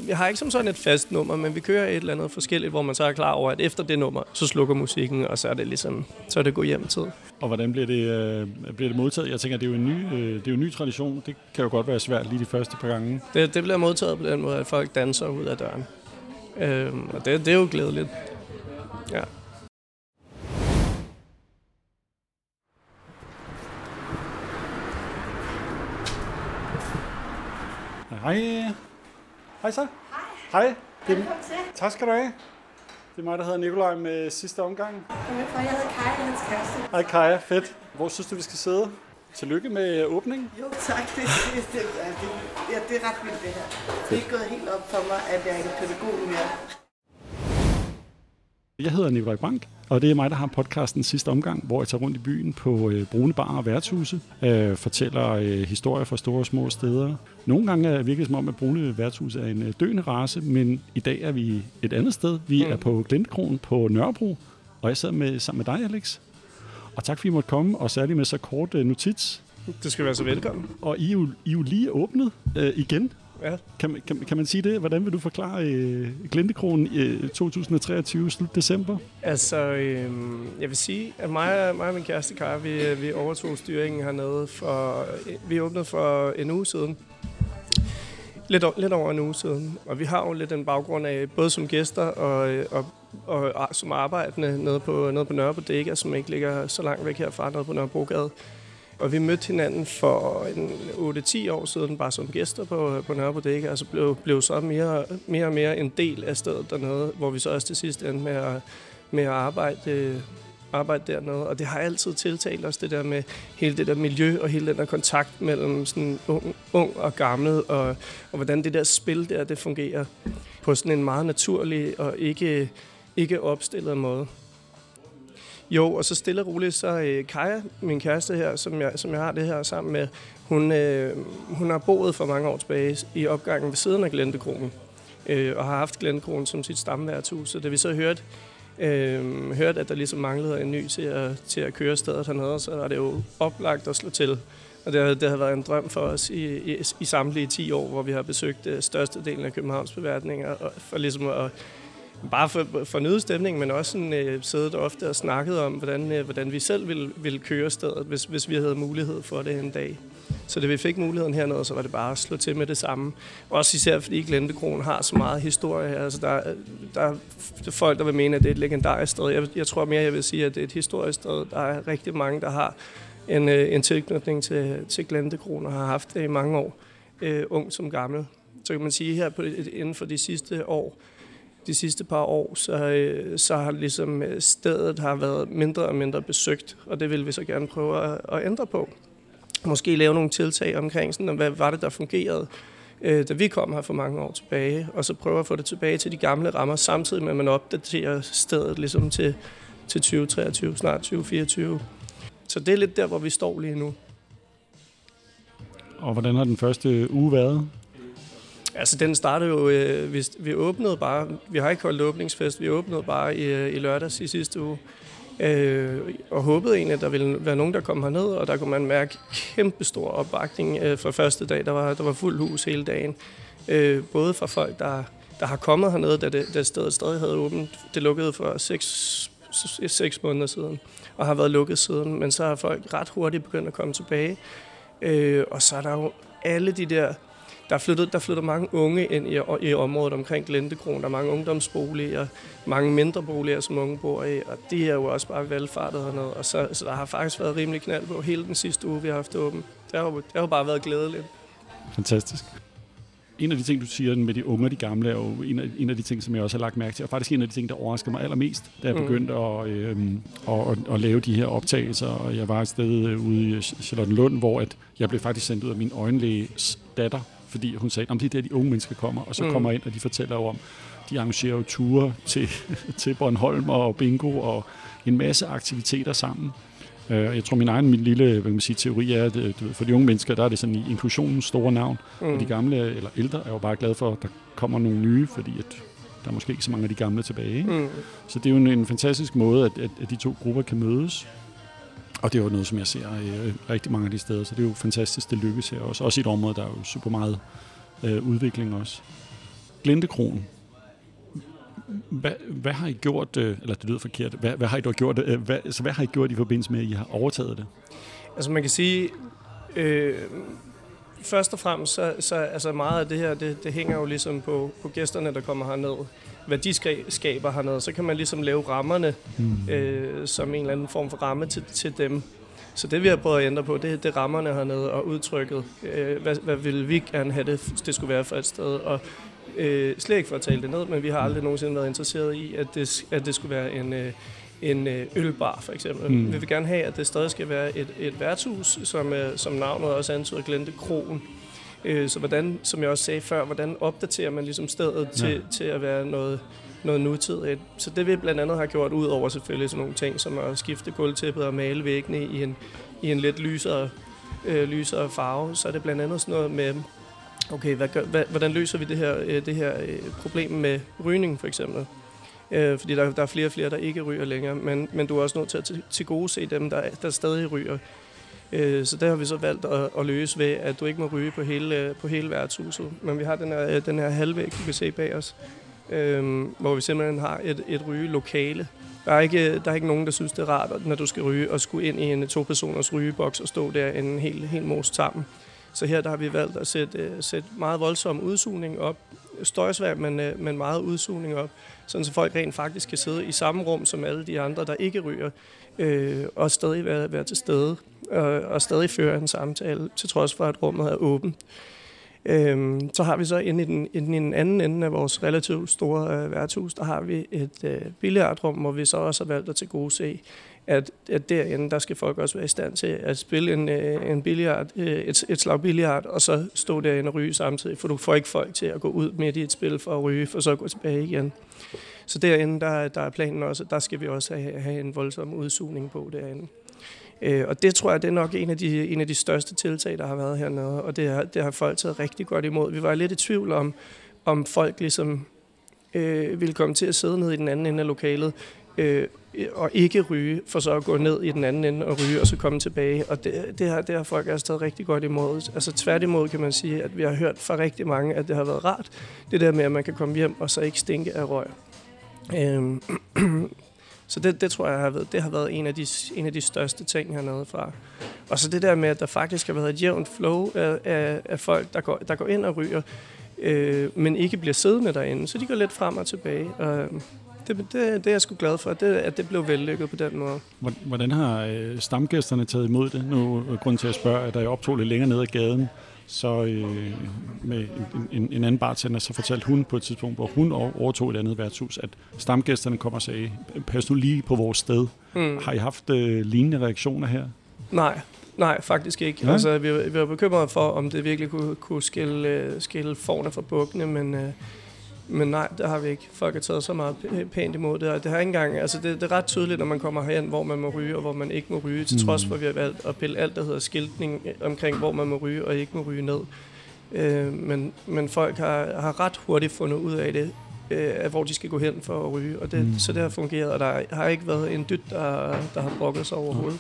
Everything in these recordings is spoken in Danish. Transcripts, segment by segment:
jeg har ikke som sådan et fast nummer, men vi kører et eller andet forskelligt, hvor man så er klar over, at efter det nummer, så slukker musikken, og så er det ligesom, så er det gå hjem tid. Og hvordan bliver det modtaget? Jeg tænker, det er jo en ny tradition. Det kan jo godt være svært lige de første par gange. Det bliver modtaget på den måde, at folk danser ud af døren. Og det er jo glædeligt. Ja. Hej. Hej så. Hej. Hej. Velkommen til. Tak skal du have. Det er mig, der hedder Nikolaj med sidste omgang. Jeg hedder Kaja, hans kæreste. Hej Kaja, fedt. Hvor synes du, vi skal sidde? Tillykke med åbningen. Jo tak, det er ret vildt det her. Det er gået helt op for mig, at jeg er en pædagog mere. Jeg hedder Nikolaj Bank, og det er mig, der har podcasten sidste omgang, hvor jeg tager rundt i byen på brune barer og værtshuse, fortæller historier fra store og små steder. Nogle gange er det virkelig som om, at brune værtshuse er en døende race, men i dag er vi et andet sted. Vi er på Glendekroen på Nørrebro, og jeg sidder sammen med dig, Alex. Og tak fordi I måtte komme, og særligt med så kort notits. Det skal være så velkommen. Og I er jo lige åbnet igen. Ja. Kan man sige det? Hvordan vil du forklare Glendekroen 2023 slut december? Altså, jeg vil sige, at mig og min kæreste Kaja, vi overtog styringen hernede vi åbnede for en uge siden. Lidt over en uge siden. Og vi har jo lidt en baggrund af, både som gæster og som arbejdende nede på Nørre Bodega, som ikke ligger så langt væk herfra, nede på Nørrebrogade. Og vi mødte hinanden for 8-10 år siden, bare som gæster på Nørre Bodega, og så blev så mere og mere en del af stedet dernede, hvor vi så også til sidst endte med at arbejde dernede. Og det har altid tiltalt os, det der med hele det der miljø og hele den der kontakt mellem sådan ung og gammel, og hvordan det der spil der, det fungerer på sådan en meget naturlig og ikke opstillet måde. Jo, og så stille og roligt, så Kaja, min kæreste her, som jeg har det her sammen med, hun har boet for mange år tilbage i opgangen ved siden af Glendekroen, og har haft Glendekroen som sit stamværtshus. Så da vi så hørte, at der ligesom manglede en ny til at køre stedet hernede, så var det jo oplagt at slå til. Og det har været en drøm for os i samtlige 10 år, hvor vi har besøgt størstedelen af Københavns beværtninger, for ligesom at bare for nydestemning, men også sådan, siddet ofte og snakket om, hvordan vi selv ville køre stedet, hvis vi havde mulighed for det en dag. Så da vi fik muligheden hernede, så var det bare at slå til med det samme. Også især fordi Glendekroen har så meget historie her. Altså, der er folk, der vil mene, at det er et legendarisk sted. Jeg tror mere, jeg vil sige, at det er et historisk sted. Der er rigtig mange, der har en tilknytning til Glendekroen og har haft det i mange år, ung som gammel. Så kan man sige, her inden for de sidste par år, så har ligesom stedet har været mindre og mindre besøgt, og det vil vi så gerne prøve at ændre på. Måske lave nogle tiltag omkring, sådan, hvad var det, der fungerede, da vi kom her for mange år tilbage, og så prøve at få det tilbage til de gamle rammer, samtidig med, at man opdaterer stedet ligesom til 2023, snart 2024. Så det er lidt der, hvor vi står lige nu. Og hvordan har den første uge været? Altså, den startede jo, vi åbnede bare, vi har ikke holdt åbningsfest, vi åbnede bare i lørdags i sidste uge, og håbede egentlig, at der ville være nogen, der kom herned, og der kunne man mærke kæmpestor opbakning fra første dag. Der var fuld hus hele dagen, både fra folk, der har kommet hernede, da stedet stadig havde åbent. Det lukkede for 6 måneder siden, og har været lukket siden, men så har folk ret hurtigt begyndt at komme tilbage, og så er der jo alle de der. Der flytter mange unge ind i området omkring Glendekroen. Der er mange ungdomsboliger, mange mindre boliger, som unge bor i, og de er jo også bare velfartet hernede. Og så der har faktisk været rimelig knald på hele den sidste uge, vi har haft åben. Det har jo bare været glædeligt. Fantastisk. En af de ting, du siger med de unge og de gamle, er jo en af de ting, som jeg også har lagt mærke til, og faktisk en af de ting, der overrasker mig allermest, da jeg begyndte at lave de her optagelser. Og jeg var et sted ude i Charlottenlund, hvor jeg blev faktisk sendt ud af min øjenlæges datter, fordi hun sagde, at det er der, de unge mennesker kommer, og så kommer ind, og de fortæller jo om, de arrangerer jo ture til Bornholm og bingo og en masse aktiviteter sammen. Jeg tror, min lille teori er, at for de unge mennesker, der er det sådan i inklusionens store navn, og de gamle eller ældre er jo bare glade for, at der kommer nogle nye, fordi at der er måske ikke så mange af de gamle tilbage. Ikke? Så det er jo en fantastisk måde, at de to grupper kan mødes. Og det er jo noget, som jeg ser rigtig mange af de steder, så det er jo fantastisk, det lykkes her også. Også i et område, der er jo super meget udvikling også. Glendekroen. Hvad har I gjort, eller det lyder forkert, hvad har I dog gjort, hvad har I gjort i forbindelse med, at I har overtaget det? Altså man kan sige, først og fremmest, så altså meget af det her, det hænger jo ligesom på gæsterne, der kommer herned. Hvad de skaber hernede, så kan man ligesom lave rammerne som en eller anden form for ramme til dem. Så det vi har prøvet at ændre på, det er rammerne hernede og udtrykket. Hvad vil vi gerne have det skulle være for et sted? Og slet ikke for at tale det ned, men vi har aldrig nogensinde været interesseret i, at det skulle være en ølbar for eksempel. Vi vil gerne have, at det stadig skal være et værtshus, som navnet også antyder, Glendekroen. Så hvordan, som jeg også sagde før, hvordan opdaterer man ligesom stedet til at være noget nutidigt. Så det vi blandt andet har gjort, ud over selvfølgelig sådan nogle ting, som at skifte gulvtæppet og male væggene i en lidt lysere farve, så er det blandt andet sådan noget med, okay, hvordan løser vi det her problem med rygning for eksempel? Fordi der er flere og flere, der ikke ryger længere, men du er også nødt til at tilgodese dem, der stadig ryger. Så der har vi så valgt at løse ved, at du ikke må ryge på hele værtshuset. Men vi har den her halvvæg, du kan se bag os, hvor vi simpelthen har et rygelokale. Der er ikke nogen, der synes, det er rart, når du skal ryge, og skulle ind i en 2-personers rygeboks og stå der en hel mos sammen. Så her der har vi valgt at sætte meget voldsom udsugning op. Støjsvagt, men meget udsugning op. Sådan så folk rent faktisk kan sidde i samme rum som alle de andre, der ikke ryger. Og stadig være til stede. Og stadig føre en samtale, til trods for, at rummet er åbent. Så har vi så inde i den anden ende af vores relativt store værtshus, der har vi et billiardrum, hvor vi så også har valgt at tilgodese, at derinde, der skal folk også være i stand til at spille en billard, et slag billard, og så stå derinde og ryge samtidig, for du får ikke folk til at gå ud midt i et spil for at ryge, for så at gå tilbage igen. Så derinde, der er planen også, der skal vi også have en voldsom udsugning på derinde. Og det tror jeg, det er nok en af de største tiltag, der har været hernede, og det har folk taget rigtig godt imod. Vi var lidt i tvivl om folk ligesom ville komme til at sidde ned i den anden ende af lokalet, og ikke ryge, for så at gå ned i den anden ende og ryge, og så komme tilbage. Og det har folk altså taget rigtig godt imod. Altså tværtimod kan man sige, at vi har hørt fra rigtig mange, at det har været rart. Det der med, at man kan komme hjem og så ikke stinke af røg. Så det tror jeg har været en af de største ting hernede fra. Og så det der med, at der faktisk har været et jævnt flow af folk, der går ind og ryger, men ikke bliver siddende derinde. Så de går lidt frem og tilbage. Det er jeg sgu glad for, at det blev vellykket på den måde. Hvordan har stamgæsterne taget imod det? Nu er grunden til at spørge, at da jeg optog lidt længere ned ad gaden, så med en anden bartender, så fortalte hun på et tidspunkt, hvor hun overtog et andet værtshus, at stamgæsterne kom og sagde, pas nu lige på vores sted. Har I haft lignende reaktioner her? Nej, faktisk ikke. Ja. Altså, vi var bekymrede for, om det virkelig kunne skille forne fra bukkene, men nej, det har vi ikke. Folk har taget så meget pænt imod det, og det har ikke engang, altså det er ret tydeligt, når man kommer herhen, hvor man må ryge og hvor man ikke må ryge, til trods for, at vi har valgt at pille alt, der hedder skiltning omkring, hvor man må ryge og ikke må ryge ned. Men folk har ret hurtigt fundet ud af det, hvor de skal gå hen for at ryge, og så det har fungeret, og der har ikke været en dyt, der har brokket sig overhovedet.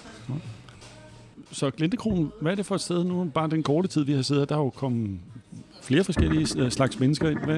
Så Glendekroen, hvad er det for et sted nu? Bare den korte tid, vi har siddet, der er jo kommet flere forskellige slags mennesker ind.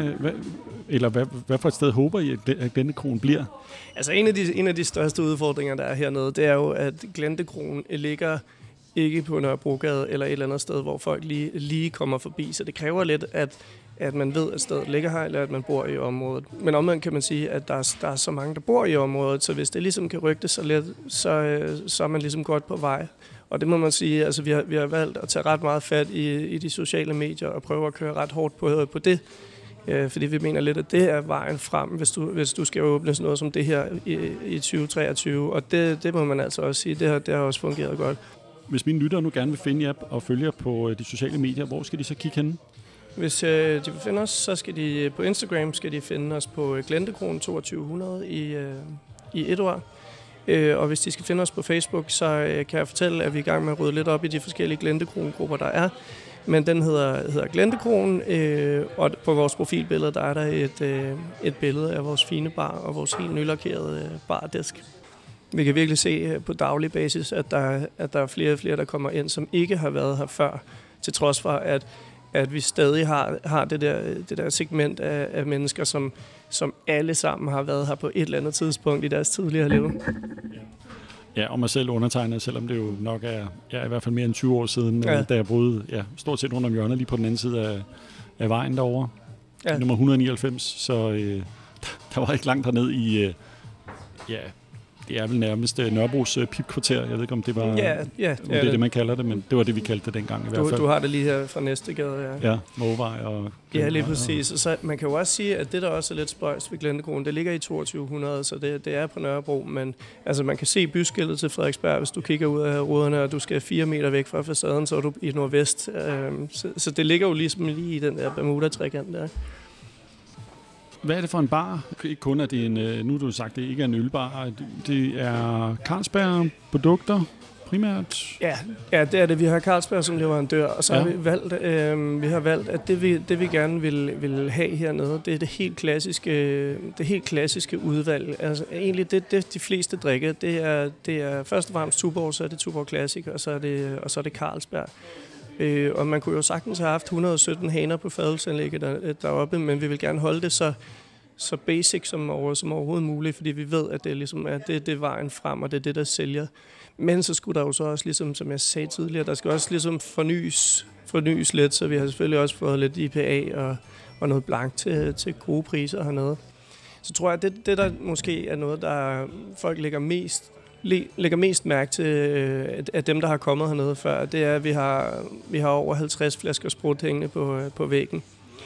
Hvad for et sted håber I, at Glendekroen bliver? Altså en af de største udfordringer, der er hernede, det er jo, at Glendekroen ligger ikke på Nørrebrogade eller et eller andet sted, hvor folk lige kommer forbi. Så det kræver lidt, at man ved, at stedet ligger her, eller at man bor i området. Men omvendt kan man sige, at der er så mange, der bor i området, så hvis det ligesom kan rygte sig lidt, så er man ligesom godt på vej. Og det må man sige, altså vi har valgt at tage ret meget fat i de sociale medier og prøve at køre ret hårdt på det. Fordi vi mener lidt, at det er vejen frem, hvis du skal åbne sådan noget som det her i 2023. Og det må man altså også sige, det har også fungeret godt. Hvis mine lyttere nu gerne vil finde jer og følge jer på de sociale medier, hvor skal de så kigge henne? Hvis de vil finde os, så skal de på Instagram finde os på Glendekroen 2200 i et ord. Og hvis de skal finde os på Facebook, så kan jeg fortælle, at vi er i gang med at rydde lidt op i de forskellige Glendekroen-grupper, der er. Men den hedder Glendekroen, og på vores profilbillede, der er der et billede af vores fine bar og vores helt nylakerede bardisk. Vi kan virkelig se på daglig basis, at der er flere og flere, der kommer ind, som ikke har været her før, til trods for, at at vi stadig har det der segment af mennesker, som alle sammen har været her på et eller andet tidspunkt i deres tidligere liv. Ja, og mig selv undertegnet, selvom det jo nok er i hvert fald mere end 20 år siden, da jeg boede stort set rundt om hjørnet, lige på den anden side af vejen derovre. Ja. Nummer 199, så der var ikke langt herned i, det er vel nærmest Nørrebros pipkvarter. Jeg ved ikke, om det var det, man kalder det, men det var det, vi kaldte det dengang i hvert fald. Du har det lige her fra Næstegade, ja. Ja, Mågevej og... Ja, lige præcis. Og så, man kan jo også sige, at det der også er lidt spøjst ved Glendekronen, det ligger i 2200, så det er på Nørrebro, men altså, man kan se byskiltet til Frederiksberg, hvis du kigger ud af ruderne, og du skal 4 meter væk fra facaden, så er du i nordvest. Så det ligger jo ligesom lige i den der Bermuda-trekant der. Hvad er det for en bar? Ikke kun at det er en, nu har du sagt, det ikke er en ølbar. Det er Carlsberg-produkter primært? Ja, det er det. Vi har Carlsberg som leverandør, og så har vi valgt, at det vi gerne vil have hernede, det er det helt klassiske udvalg. Altså egentlig det de fleste drikker, det er først og fremmest Tuborg, så er det Tuborg Classic, og så er det Carlsberg. Og man kunne jo sagtens have haft 117 haner på fadelsanlægget deroppe, men vi vil gerne holde det så basic som overhovedet muligt, fordi vi ved, at det ligesom det er vejen frem, og det er det, der sælger. Men så skulle der jo så også, ligesom, som jeg sagde tidligere, der skal også ligesom fornyes lidt, så vi har selvfølgelig også fået lidt IPA og noget blank til gode priser hernede. Så tror jeg, at det der måske er noget, der folk lægger mest mærke til af dem, der har kommet hernede før, det er, at vi har over 50 flasker sprut hængende på væggen.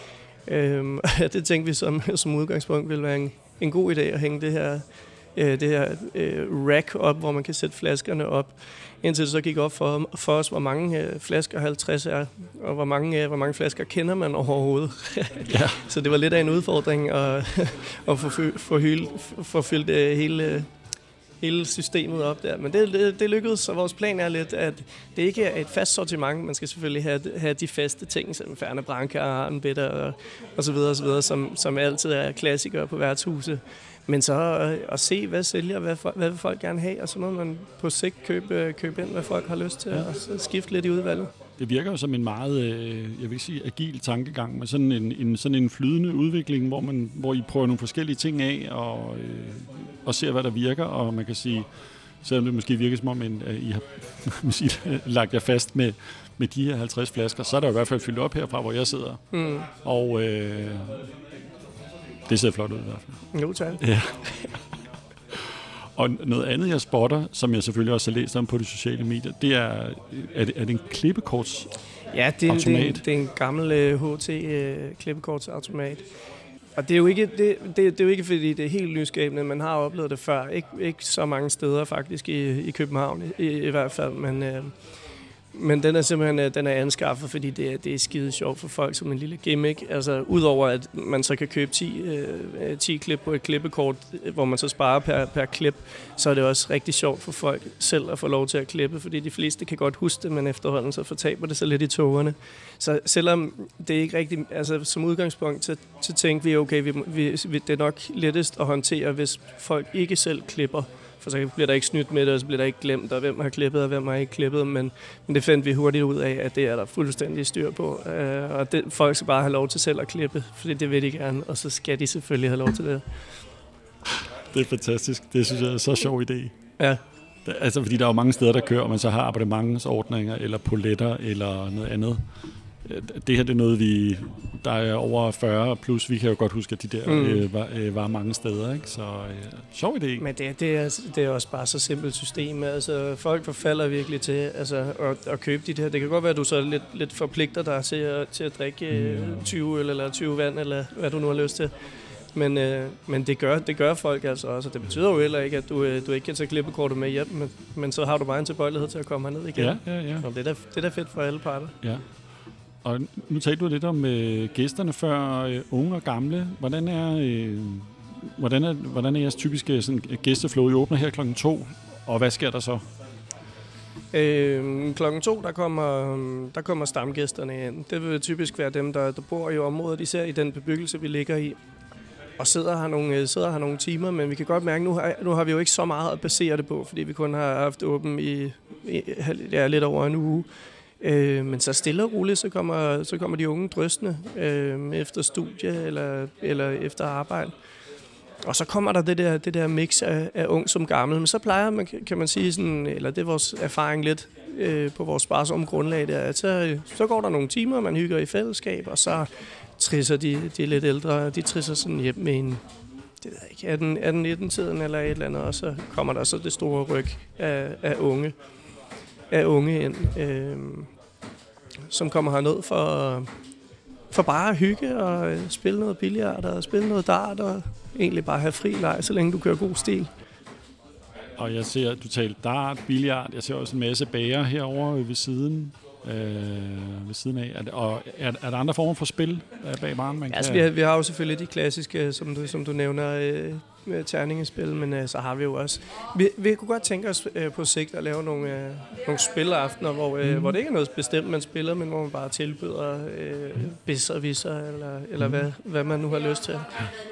Det tænkte vi som udgangspunkt ville være en god idé at hænge det her rack op, hvor man kan sætte flaskerne op, indtil det så gik op for os, hvor mange flasker 50 er, og hvor mange flasker kender man overhovedet. Ja. Så det var lidt af en udfordring at få fyldt hele systemet op der. Men det lykkedes, så vores plan er lidt, at det ikke er et fast sortiment. Man skal selvfølgelig have de faste ting, som Fernet Branca og Arnbitter og så videre, som altid er klassikere på værtshuse. Men så at se, hvad sælger, hvad vil folk gerne have, og så må man på sigt købe ind, hvad folk har lyst til, og så skifte lidt i udvalget. Det virker jo som en meget, jeg vil sige, agil tankegang med sådan en flydende udvikling, hvor I prøver nogle forskellige ting af og ser, hvad der virker, og man kan sige, selvom det måske virker som om, at I har lagt jer fast med de her 50 flasker, så er der i hvert fald fyldt op herfra, hvor jeg sidder. Mm. Og det ser flot ud i hvert fald. Jo, tak. Ja. Og noget andet, jeg spotter, som jeg selvfølgelig også har læst om på de sociale medier, det er det en klippekortsautomat? Ja, det er en gammel HT klippekortsautomat. Og det er jo ikke, det er jo ikke fordi det er helt nyskabende, man har oplevet det før. Ikke så mange steder faktisk i København i hvert fald, men den er simpelthen anskaffet, fordi det er skide sjovt for folk som en lille gimmick. Altså udover at man så kan købe 10 klip på et klippekort, hvor man så sparer per klip, så er det også rigtig sjovt for folk selv at få lov til at klippe, fordi de fleste kan godt huske det, men efterhånden så fortaber det sig lidt i togerne. Så selvom det ikke rigtig, altså som udgangspunkt, så tænker vi, okay, det er nok lettest at håndtere, hvis folk ikke selv klipper. For så bliver der ikke snydt med det, og så bliver der ikke glemt, og hvem har klippet, og hvem har ikke klippet. Men det fandt vi hurtigt ud af, at det er der fuldstændig styr på. Og folk skal bare have lov til selv at klippe, fordi det vil de gerne, og så skal de selvfølgelig have lov til det. Det er fantastisk. Det synes jeg er så sjov idé. Ja. Altså, fordi der er jo mange steder, der kører, og man så har abonnementsordninger, eller poletter, eller noget andet. Det her det er noget, der er over 40 plus. Vi kan jo godt huske, at de der var mange steder. Ikke? Så sjov idé. Men det er også bare så simpelt system. Altså, folk forfalder virkelig til at købe de der. Det kan godt være, at du så lidt forpligter dig til at drikke 20 øl eller 20 vand, eller hvad du nu har lyst til. Men det gør folk altså også. Det betyder jo heller ikke, at du ikke kan tage klippekortet med hjem, men så har du bare en tilbøjelighed til at komme herned igen. Ja. Og det er da fedt for alle parter. Ja. Og nu talte du lidt om gæsterne før, unge og gamle. Hvordan er jeres typiske gæsteflow? I åbner her 2:00, og hvad sker der så? 2:00, der kommer stamgæsterne ind. Det vil typisk være dem, der bor i området, især i den bebyggelse, vi ligger i. Og sidder her nogle timer, men vi kan godt mærke, nu har vi jo ikke så meget at basere det på, fordi vi kun har haft åben i lidt over en uge. Men så stille og roligt, så kommer de unge drøstende efter studie eller efter arbejde. Og så kommer der det der mix af ung som gammel. Men så plejer man, kan man sige, sådan, eller det er vores erfaring lidt på vores sparsomme grundlag, der, at så går der nogle timer, man hygger i fællesskab, og så trisser de lidt ældre, de trisser sådan hjem med en, det ved jeg ikke, 18-19-tiden eller et eller andet, og så kommer der så det store ryg af unge ind, som kommer herned for bare at hygge og spille noget billard og spille noget dart og egentlig bare have fri leg, så længe du kører god stil. Og jeg ser, at du taler dart, billard. Jeg ser også en masse bager herovre ved siden af. Er der andre former for spil bag baren, man kan? Altså, vi har jo selvfølgelig de klassiske, som du nævner, med terningespil, men så har vi jo også... Vi kunne godt tænke os på sigt at lave nogle spilaftener, hvor det ikke er noget bestemt, man spiller, men hvor man bare tilbyder besserwisser, eller hvad man nu har lyst til.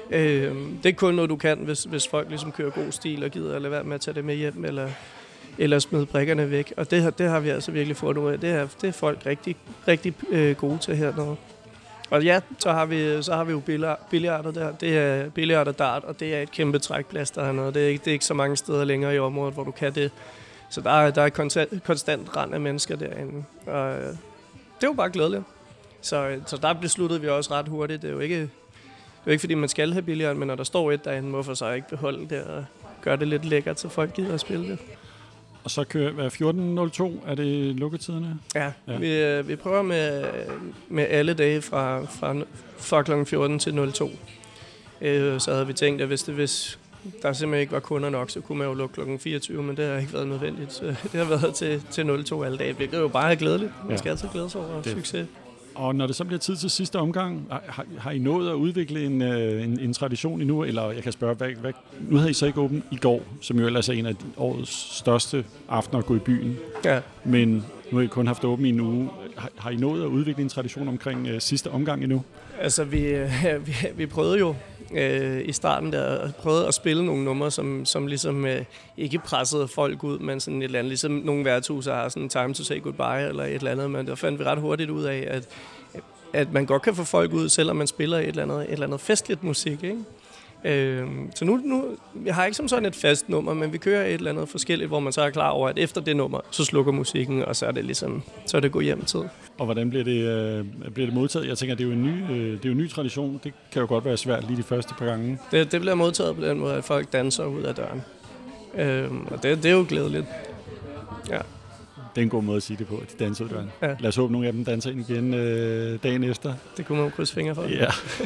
Det er kun noget, du kan, hvis folk ligesom kører god stil og gider at lade være med at tage det med hjem, eller smide brikkerne væk. Og det har vi altså virkelig fået ud af. Det er folk rigtig, rigtig gode til hernede. Og ja, så har vi jo billiarder der. Det er billard og dart, og det er et kæmpe trækplaster hernede. Det er ikke så mange steder længere i området, hvor du kan det. Så der er konstant rand af mennesker derinde. Og det er jo bare glædeligt. Så der besluttede vi også ret hurtigt. Det er jo ikke fordi man skal have billard, men når der står et derinde, hvorfor så ikke beholde det og gøre det lidt lækkert, så folk gider at spille det. Og så kører 14.02, er det lukketiderne? Ja. Vi prøver med alle dage fra kl. 14 til 02. Så havde vi tænkt, at hvis der simpelthen ikke var kunder nok, så kunne man jo lukke kl. 24, men det har ikke været nødvendigt. Så det har været til 02 alle dage. Det er jo bare glædeligt. Man skal altid glæde sig over succes. Og når det så bliver tid til sidste omgang, har I nået at udvikle en tradition endnu? Eller jeg kan spørge, nu havde I så ikke åbent i går, som jo ellers er en af årets største aftener at gå i byen. Ja. Men nu har I kun haft åbent i en uge. Har I nået at udvikle en tradition omkring sidste omgang endnu? Altså, vi prøvede jo i starten der, prøvede at spille nogle numre, som ligesom ikke pressede folk ud, men sådan et eller andet, ligesom nogle værtshuse har sådan time to say goodbye eller et eller andet, men der fandt vi ret hurtigt ud af, at man godt kan få folk ud, selvom man spiller et eller andet festligt musik, ikke? Så nu jeg har ikke som sådan et fast nummer, men vi kører et eller andet forskelligt, hvor man så er klar over, at efter det nummer, så slukker musikken, og så er det ligesom, så er det gå hjem tid. Og hvordan bliver det modtaget? Jeg tænker, det er jo en ny tradition. Det kan jo godt være svært lige de første par gange. Det bliver modtaget på den måde, at folk danser ud af døren. Og det er jo glædeligt. Ja. Det er en god måde at sige det på, at de danser ud af døren. Ja. Lad os håbe, nogle af dem danser ind igen dagen efter. Det kunne man jo krydse fingre for. Ja.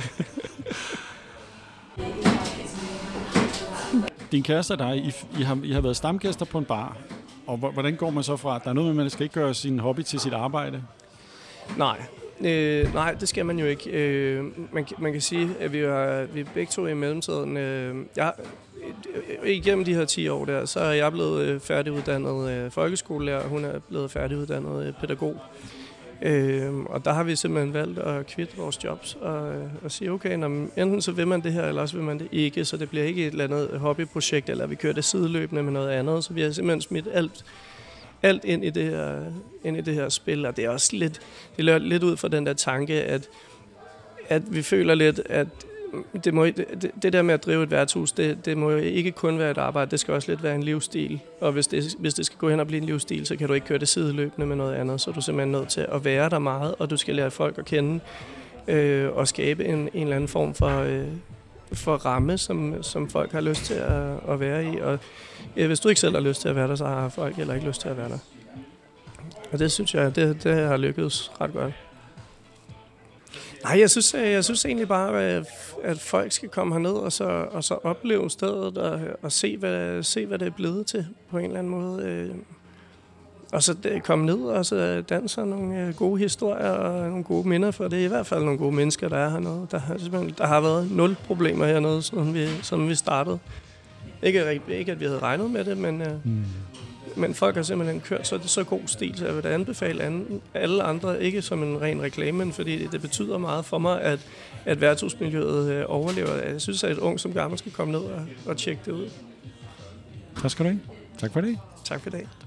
Din kæreste og dig, I har været stamgæster på en bar. Og hvordan går man så fra, der er noget med, at man skal ikke gøre sin hobby til sit arbejde? Nej, det skal man jo ikke. Man kan sige, at vi er begge to i mellemtiden. Igennem de her 10 år der, så er jeg blevet færdiguddannet folkeskolelærer, og hun er blevet færdiguddannet pædagog. Og der har vi simpelthen valgt at kvitte vores jobs og sige, okay, enten så vil man det her, eller også vil man det ikke, så det bliver ikke et eller andet hobbyprojekt, eller vi kører det sideløbende med noget andet, så vi har simpelthen smidt alt ind i det her spil, og det er også lidt ud fra den der tanke, at vi føler lidt, at det der med at drive et værtshus, det må jo ikke kun være et arbejde, det skal også lidt være en livsstil. Og hvis det skal gå hen og blive en livsstil, så kan du ikke køre det sideløbende med noget andet. Så er du simpelthen nødt til at være der meget, og du skal lære folk at kende og skabe en eller anden form for ramme, som folk har lyst til at være i. Og hvis du ikke selv har lyst til at være der, så har folk heller ikke lyst til at være der. Og det synes jeg, det har lykkedes ret godt. Nej, jeg synes egentlig bare, at folk skal komme herned og så opleve stedet og se, hvad det er blevet til på en eller anden måde. Og så komme ned og så danse nogle gode historier og nogle gode minder, for det er i hvert fald nogle gode mennesker, der er hernede. Der har været 0 problemer hernede, siden vi startede. Ikke at vi havde regnet med det, men folk har simpelthen kørt så god stil, så jeg vil anbefale alle andre, ikke som en ren reklame, men fordi det betyder meget for mig, at værtshusmiljøet overlever. Jeg synes, at et ung som gammel skal komme ned og tjekke det ud. Tak skal du have. Tak for det. Tak for i dag.